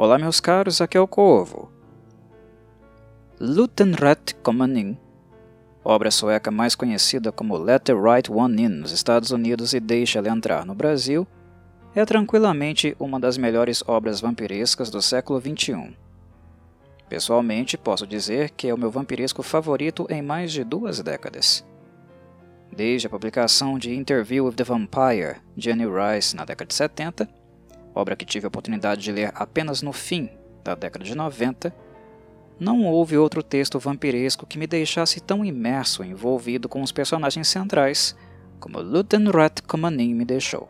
Olá meus caros, aqui é o Corvo. Lutenrätt kommer in, obra sueca mais conhecida como Let the Right One In nos Estados Unidos e Deixa Ela Entrar no Brasil, é tranquilamente uma das melhores obras vampirescas do século XXI. Pessoalmente, posso dizer que é o meu vampiresco favorito em mais de 2 décadas. Desde a publicação de Interview with the Vampire, de Anne Rice, na década de 70, obra que tive a oportunidade de ler apenas no fim da década de 90, não houve outro texto vampiresco que me deixasse tão imerso e envolvido com os personagens centrais como Lutenrätt kommer in me deixou.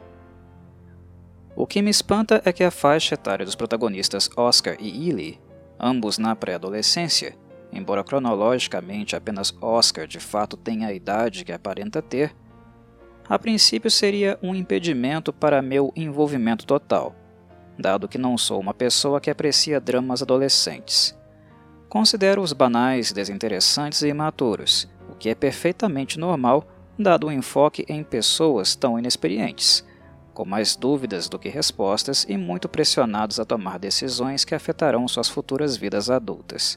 O que me espanta é que a faixa etária dos protagonistas Oscar e Ellie, ambos na pré-adolescência, embora cronologicamente apenas Oscar de fato tenha a idade que aparenta ter, a princípio seria um impedimento para meu envolvimento total, dado que não sou uma pessoa que aprecia dramas adolescentes. Considero-os banais, desinteressantes e imaturos, o que é perfeitamente normal, dado o enfoque em pessoas tão inexperientes, com mais dúvidas do que respostas e muito pressionados a tomar decisões que afetarão suas futuras vidas adultas.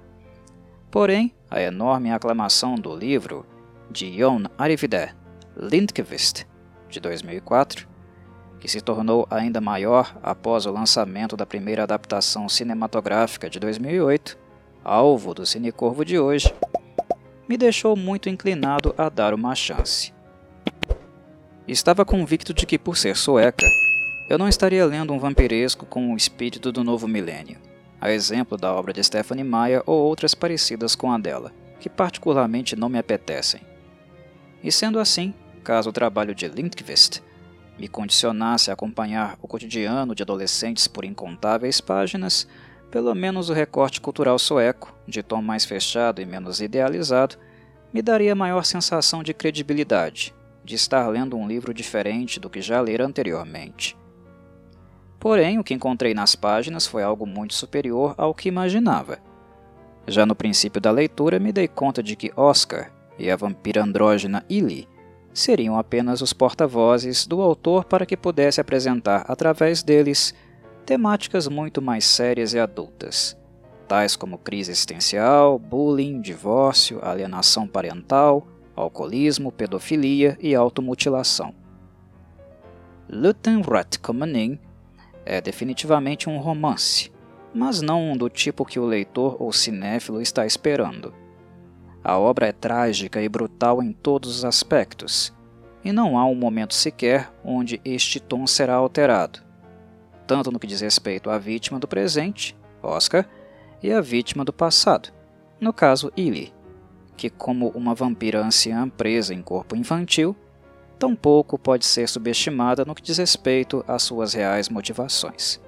Porém, a enorme aclamação do livro de Jon Arvid Lindqvist, de 2004, que se tornou ainda maior após o lançamento da primeira adaptação cinematográfica de 2008, alvo do Cinecorvo de hoje, me deixou muito inclinado a dar uma chance. Estava convicto de que, por ser sueca, eu não estaria lendo um vampiresco com o espírito do novo milênio, a exemplo da obra de Stephenie Meyer ou outras parecidas com a dela, que particularmente não me apetecem. E sendo assim, caso o trabalho de Lindqvist me condicionasse a acompanhar o cotidiano de adolescentes por incontáveis páginas, pelo menos o recorte cultural sueco, de tom mais fechado e menos idealizado, me daria maior sensação de credibilidade, de estar lendo um livro diferente do que já lera anteriormente. Porém, o que encontrei nas páginas foi algo muito superior ao que imaginava. Já no princípio da leitura, me dei conta de que Oscar e a vampira andrógena Ellie seriam apenas os porta-vozes do autor para que pudesse apresentar, através deles, temáticas muito mais sérias e adultas, tais como crise existencial, bullying, divórcio, alienação parental, alcoolismo, pedofilia e automutilação. Lutenrätt kommer in é definitivamente um romance, mas não do tipo que o leitor ou cinéfilo está esperando. A obra é trágica e brutal em todos os aspectos, e não há um momento sequer onde este tom será alterado, tanto no que diz respeito à vítima do presente, Oscar, e à vítima do passado, no caso Ellie, que, como uma vampira anciã presa em corpo infantil, tampouco pode ser subestimada no que diz respeito às suas reais motivações.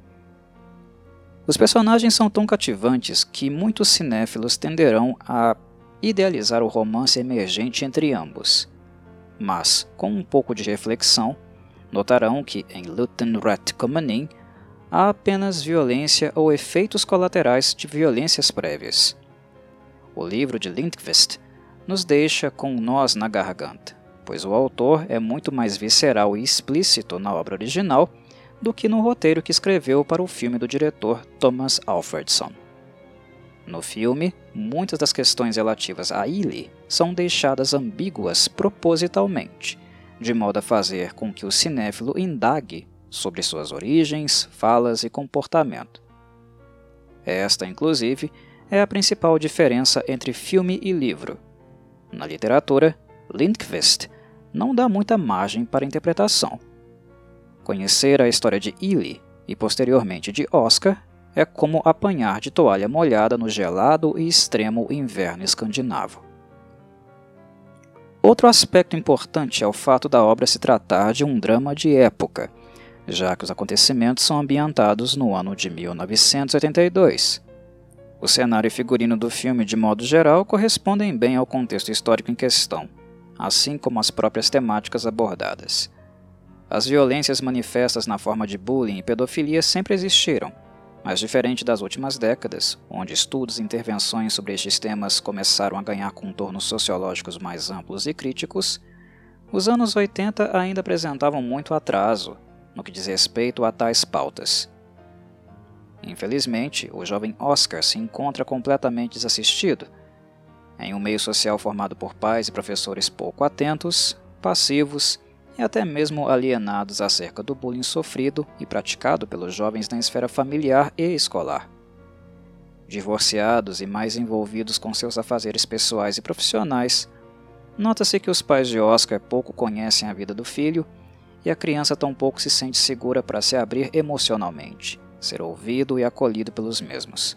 Os personagens são tão cativantes que muitos cinéfilos tenderão a idealizar o romance emergente entre ambos, mas, com um pouco de reflexão, notarão que em Lutenrätt kommer in há apenas violência ou efeitos colaterais de violências prévias. O livro de Lindqvist nos deixa com um nós na garganta, pois o autor é muito mais visceral e explícito na obra original do que no roteiro que escreveu para o filme do diretor Thomas Alfredson. No filme, muitas das questões relativas a Ellie são deixadas ambíguas propositalmente, de modo a fazer com que o cinéfilo indague sobre suas origens, falas e comportamento. Esta, inclusive, é a principal diferença entre filme e livro. Na literatura, Lindqvist não dá muita margem para interpretação. Conhecer a história de Ellie e posteriormente de Oscar é como apanhar de toalha molhada no gelado e extremo inverno escandinavo. Outro aspecto importante é o fato da obra se tratar de um drama de época, já que os acontecimentos são ambientados no ano de 1982. O cenário e figurino do filme, de modo geral, correspondem bem ao contexto histórico em questão, assim como as próprias temáticas abordadas. As violências manifestas na forma de bullying e pedofilia sempre existiram, mas diferente das últimas décadas, onde estudos e intervenções sobre estes temas começaram a ganhar contornos sociológicos mais amplos e críticos, os anos 80 ainda apresentavam muito atraso no que diz respeito a tais pautas. Infelizmente, o jovem Oscar se encontra completamente desassistido, em um meio social formado por pais e professores pouco atentos, passivos e até mesmo alienados acerca do bullying sofrido e praticado pelos jovens na esfera familiar e escolar. Divorciados e mais envolvidos com seus afazeres pessoais e profissionais, nota-se que os pais de Oscar pouco conhecem a vida do filho e a criança tampouco se sente segura para se abrir emocionalmente, ser ouvido e acolhido pelos mesmos.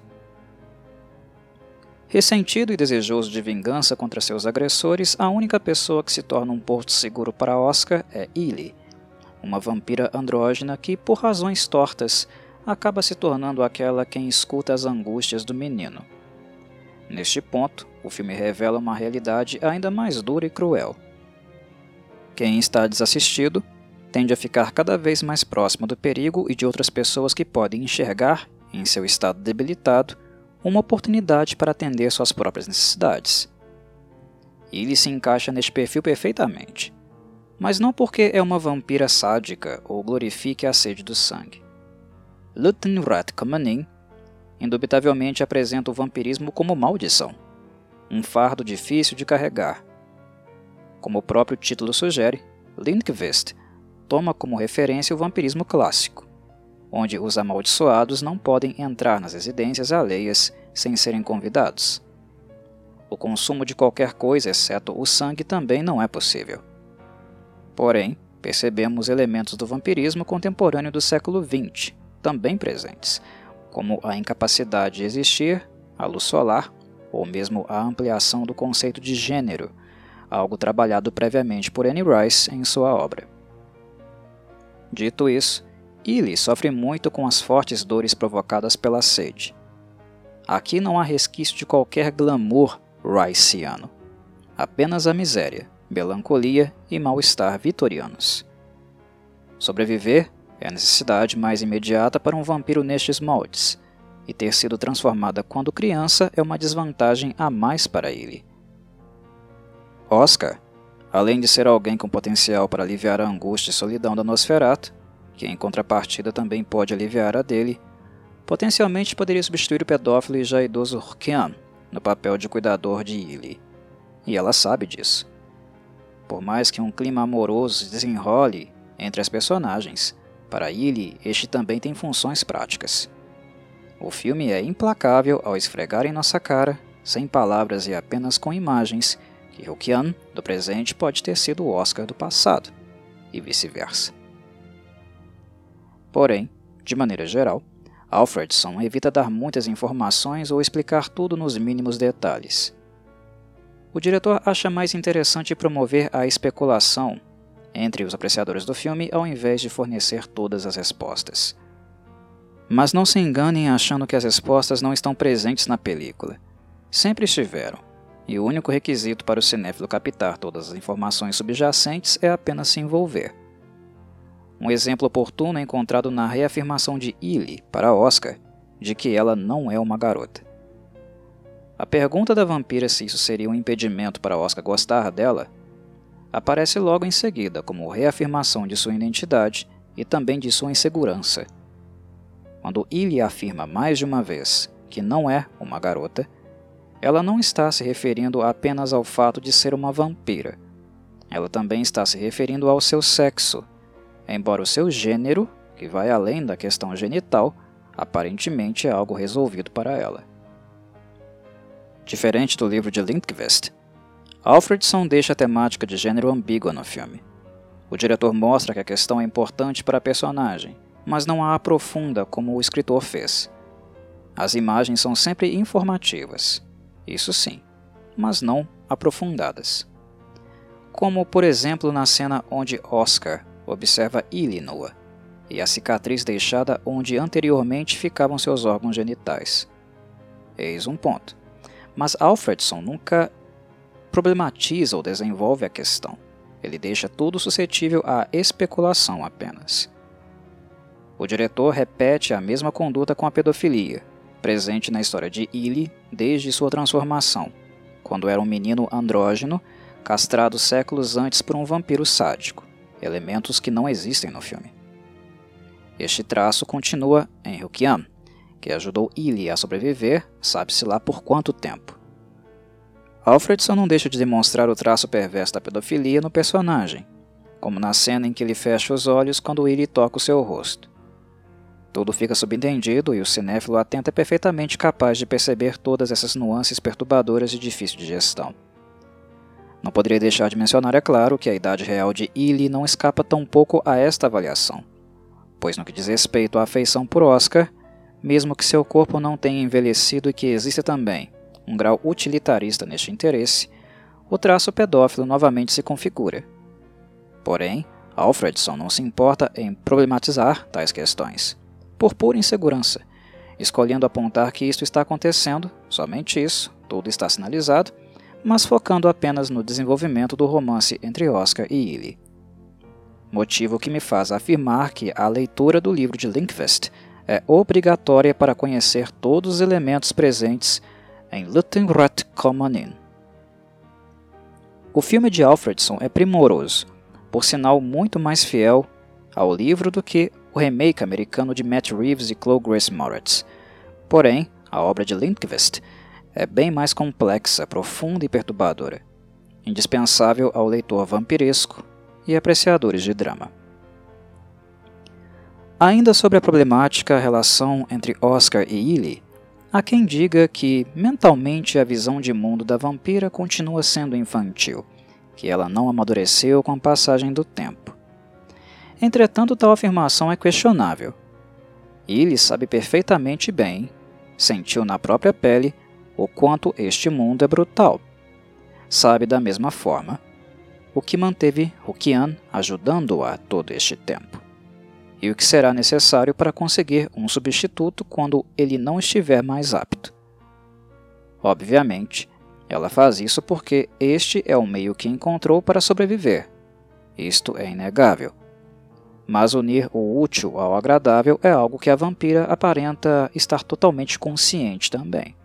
Ressentido e desejoso de vingança contra seus agressores, a única pessoa que se torna um porto seguro para Oscar é Ellie, uma vampira andrógena que, por razões tortas, acaba se tornando aquela quem escuta as angústias do menino. Neste ponto, o filme revela uma realidade ainda mais dura e cruel. Quem está desassistido tende a ficar cada vez mais próximo do perigo e de outras pessoas que podem enxergar, em seu estado debilitado, uma oportunidade para atender suas próprias necessidades. Ellie se encaixa neste perfil perfeitamente, mas não porque é uma vampira sádica ou glorifique a sede do sangue. Luthen Rath Kamanin indubitavelmente apresenta o vampirismo como maldição, um fardo difícil de carregar. Como o próprio título sugere, Lindqvist toma como referência o vampirismo clássico, onde os amaldiçoados não podem entrar nas residências alheias sem serem convidados. O consumo de qualquer coisa, exceto o sangue, também não é possível. Porém, percebemos elementos do vampirismo contemporâneo do século XX, também presentes, como a incapacidade de existir, a luz solar, ou mesmo a ampliação do conceito de gênero, algo trabalhado previamente por Anne Rice em sua obra. Dito isso, Ellie sofre muito com as fortes dores provocadas pela sede. Aqui não há resquício de qualquer glamour riceano, apenas a miséria, melancolia e mal-estar vitorianos. Sobreviver é a necessidade mais imediata para um vampiro nestes moldes, e ter sido transformada quando criança é uma desvantagem a mais para ele. Oscar, além de ser alguém com potencial para aliviar a angústia e solidão da Nosferatu, que em contrapartida também pode aliviar a dele, potencialmente poderia substituir o pedófilo e já idoso Rkian no papel de cuidador de Ellie, e ela sabe disso. Por mais que um clima amoroso se desenrole entre as personagens, para Ellie este também tem funções práticas. O filme é implacável ao esfregar em nossa cara, sem palavras e apenas com imagens, que Rkian do presente pode ter sido o Oscar do passado, e vice-versa. Porém, de maneira geral, Alfredson evita dar muitas informações ou explicar tudo nos mínimos detalhes. O diretor acha mais interessante promover a especulação entre os apreciadores do filme ao invés de fornecer todas as respostas. Mas não se enganem achando que as respostas não estão presentes na película. Sempre estiveram, e o único requisito para o cinéfilo captar todas as informações subjacentes é apenas se envolver. Um exemplo oportuno é encontrado na reafirmação de Ellie para Oscar de que ela não é uma garota. A pergunta da vampira se isso seria um impedimento para Oscar gostar dela aparece logo em seguida como reafirmação de sua identidade e também de sua insegurança. Quando Ellie afirma mais de uma vez que não é uma garota, ela não está se referindo apenas ao fato de ser uma vampira. Ela também está se referindo ao seu sexo, embora o seu gênero, que vai além da questão genital, aparentemente é algo resolvido para ela. Diferente do livro de Lindqvist, Alfredson deixa a temática de gênero ambígua no filme. O diretor mostra que a questão é importante para a personagem, mas não a aprofunda como o escritor fez. As imagens são sempre informativas, isso sim, mas não aprofundadas. Como, por exemplo, na cena onde Oscar observa Ellie nua, e a cicatriz deixada onde anteriormente ficavam seus órgãos genitais. Eis um ponto. Mas Alfredson nunca problematiza ou desenvolve a questão. Ele deixa tudo suscetível à especulação apenas. O diretor repete a mesma conduta com a pedofilia, presente na história de Ellie desde sua transformação, quando era um menino andrógeno, castrado séculos antes por um vampiro sádico, elementos que não existem no filme. Este traço continua em Rkian, que ajudou Illy a sobreviver, sabe-se lá por quanto tempo. Alfredson não deixa de demonstrar o traço perverso da pedofilia no personagem, como na cena em que ele fecha os olhos quando Illy toca o seu rosto. Tudo fica subentendido e o cinéfilo atento é perfeitamente capaz de perceber todas essas nuances perturbadoras e difíceis de gestão. Não poderia deixar de mencionar, é claro, que a idade real de Illy não escapa tampouco a esta avaliação, pois no que diz respeito à afeição por Oscar, mesmo que seu corpo não tenha envelhecido e que exista também um grau utilitarista neste interesse, o traço pedófilo novamente se configura. Porém, Alfredson não se importa em problematizar tais questões, por pura insegurança, escolhendo apontar que isto está acontecendo, somente isso, tudo está sinalizado, mas focando apenas no desenvolvimento do romance entre Oscar e Illy. Motivo que me faz afirmar que a leitura do livro de Lindqvist é obrigatória para conhecer todos os elementos presentes em Liten Rätt Kommen In. O filme de Alfredson é primoroso, por sinal muito mais fiel ao livro do que o remake americano de Matt Reeves e Chloe Grace Moretz. Porém, a obra de Lindqvist é bem mais complexa, profunda e perturbadora, indispensável ao leitor vampiresco e apreciadores de drama. Ainda sobre a problemática relação entre Oscar e Illy, há quem diga que, mentalmente, a visão de mundo da vampira continua sendo infantil, que ela não amadureceu com a passagem do tempo. Entretanto, tal afirmação é questionável. Illy sabe perfeitamente bem, sentiu na própria pele, o quanto este mundo é brutal. Sabe da mesma forma o que manteve Rukian ajudando-a todo este tempo, e o que será necessário para conseguir um substituto quando ele não estiver mais apto. Obviamente, ela faz isso porque este é o meio que encontrou para sobreviver. Isto é inegável. Mas unir o útil ao agradável é algo que a vampira aparenta estar totalmente consciente também.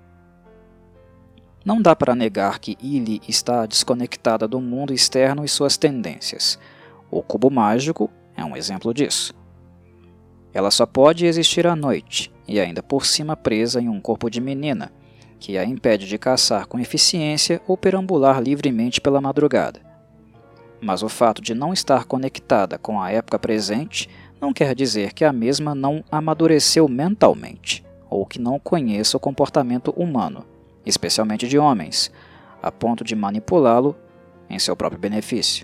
Não dá para negar que Illy está desconectada do mundo externo e suas tendências. O cubo mágico é um exemplo disso. Ela só pode existir à noite, e ainda por cima presa em um corpo de menina, que a impede de caçar com eficiência ou perambular livremente pela madrugada. Mas o fato de não estar conectada com a época presente não quer dizer que a mesma não amadureceu mentalmente, ou que não conheça o comportamento humano, especialmente de homens, a ponto de manipulá-lo em seu próprio benefício.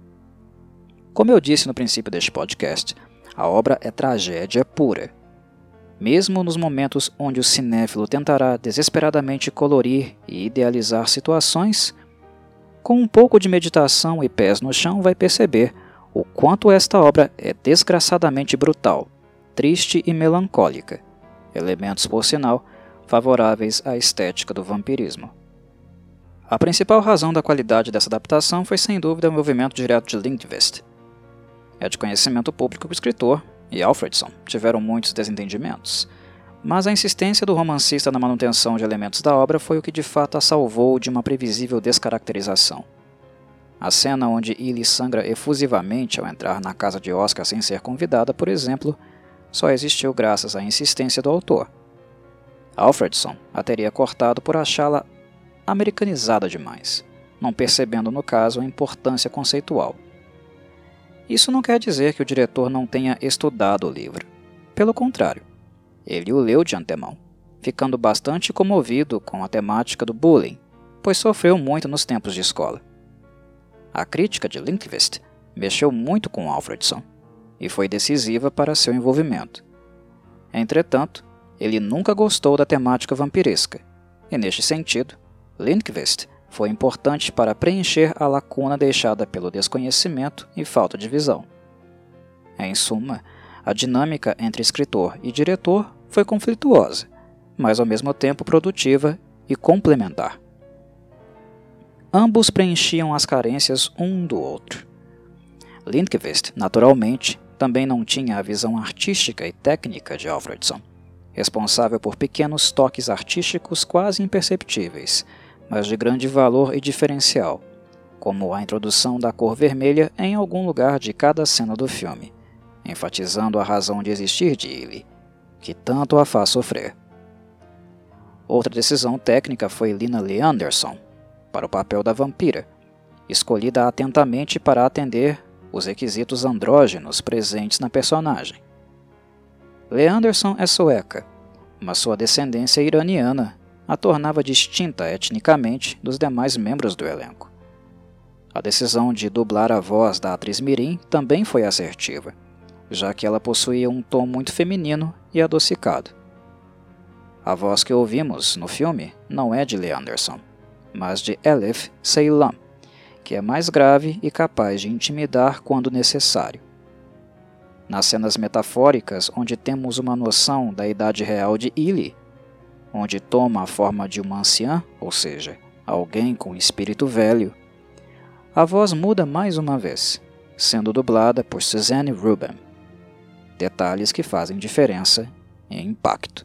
Como eu disse no princípio deste podcast, a obra é tragédia pura. Mesmo nos momentos onde o cinéfilo tentará desesperadamente colorir e idealizar situações, com um pouco de meditação e pés no chão vai perceber o quanto esta obra é desgraçadamente brutal, triste e melancólica, elementos, por sinal, favoráveis à estética do vampirismo. A principal razão da qualidade dessa adaptação foi sem dúvida o envolvimento direto de Lindqvist. É de conhecimento público que o escritor e Alfredson tiveram muitos desentendimentos, mas a insistência do romancista na manutenção de elementos da obra foi o que de fato a salvou de uma previsível descaracterização. A cena onde Illy sangra efusivamente ao entrar na casa de Oscar sem ser convidada, por exemplo, só existiu graças à insistência do autor. Alfredson a teria cortado por achá-la americanizada demais, não percebendo no caso a importância conceitual. Isso não quer dizer que o diretor não tenha estudado o livro. Pelo contrário, ele o leu de antemão, ficando bastante comovido com a temática do bullying, pois sofreu muito nos tempos de escola. A crítica de Lindqvist mexeu muito com Alfredson e foi decisiva para seu envolvimento. Entretanto, ele nunca gostou da temática vampiresca, e neste sentido, Lindqvist foi importante para preencher a lacuna deixada pelo desconhecimento e falta de visão. Em suma, a dinâmica entre escritor e diretor foi conflituosa, mas ao mesmo tempo produtiva e complementar. Ambos preenchiam as carências um do outro. Lindqvist, naturalmente, também não tinha a visão artística e técnica de Alfredson, responsável por pequenos toques artísticos quase imperceptíveis, mas de grande valor e diferencial, como a introdução da cor vermelha em algum lugar de cada cena do filme, enfatizando a razão de existir de Illy, que tanto a faz sofrer. Outra decisão técnica foi Lina Lee Anderson, para o papel da vampira, escolhida atentamente para atender os requisitos andrógenos presentes na personagem. Lee Anderson é sueca, mas sua descendência iraniana a tornava distinta etnicamente dos demais membros do elenco. A decisão de dublar a voz da atriz mirim também foi assertiva, já que ela possuía um tom muito feminino e adocicado. A voz que ouvimos no filme não é de Lee Anderson, mas de Elif Ceylan, que é mais grave e capaz de intimidar quando necessário. Nas cenas metafóricas, onde temos uma noção da idade real de Illy, onde toma a forma de uma anciã, ou seja, alguém com espírito velho, a voz muda mais uma vez, sendo dublada por Suzanne Rubin. Detalhes que fazem diferença em impacto.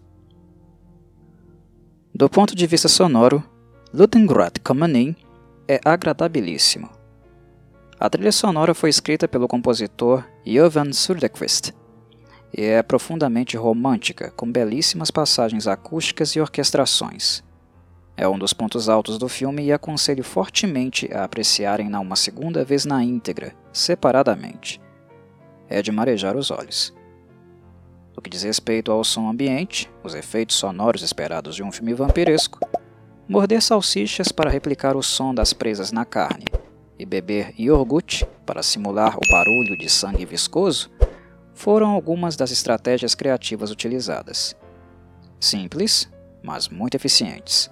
Do ponto de vista sonoro, Ludengrat Kamanin é agradabilíssimo. A trilha sonora foi escrita pelo compositor Jovan Surdekvist e é profundamente romântica, com belíssimas passagens acústicas e orquestrações. É um dos pontos altos do filme e aconselho fortemente a apreciarem-na uma segunda vez na íntegra, separadamente. É de marejar os olhos. No que diz respeito ao som ambiente, os efeitos sonoros esperados de um filme vampiresco, morder salsichas para replicar o som das presas na carne e beber iogurte para simular o barulho de sangue viscoso foram algumas das estratégias criativas utilizadas. Simples, mas muito eficientes.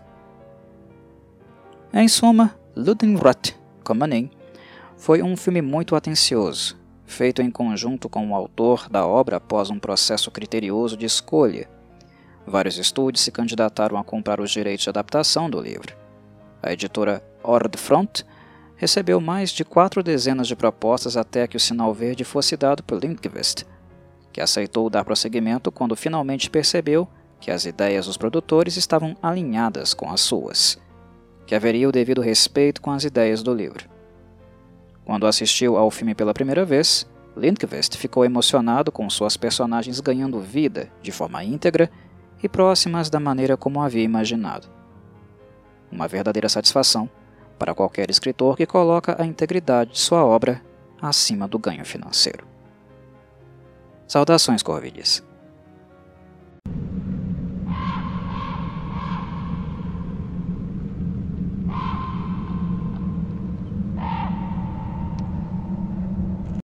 Em suma, Ludengrat Kamanin foi um filme muito atencioso, feito em conjunto com o autor da obra após um processo criterioso de escolha. Vários estúdios se candidataram a comprar os direitos de adaptação do livro. A editora Ordfront recebeu mais de 4 dezenas de propostas até que o sinal verde fosse dado por Lindqvist, que aceitou dar prosseguimento quando finalmente percebeu que as ideias dos produtores estavam alinhadas com as suas, que haveria o devido respeito com as ideias do livro. Quando assistiu ao filme pela primeira vez, Lindqvist ficou emocionado com suas personagens ganhando vida de forma íntegra e próximas da maneira como havia imaginado. Uma verdadeira satisfação para qualquer escritor que coloca a integridade de sua obra acima do ganho financeiro. Saudações, Corvides!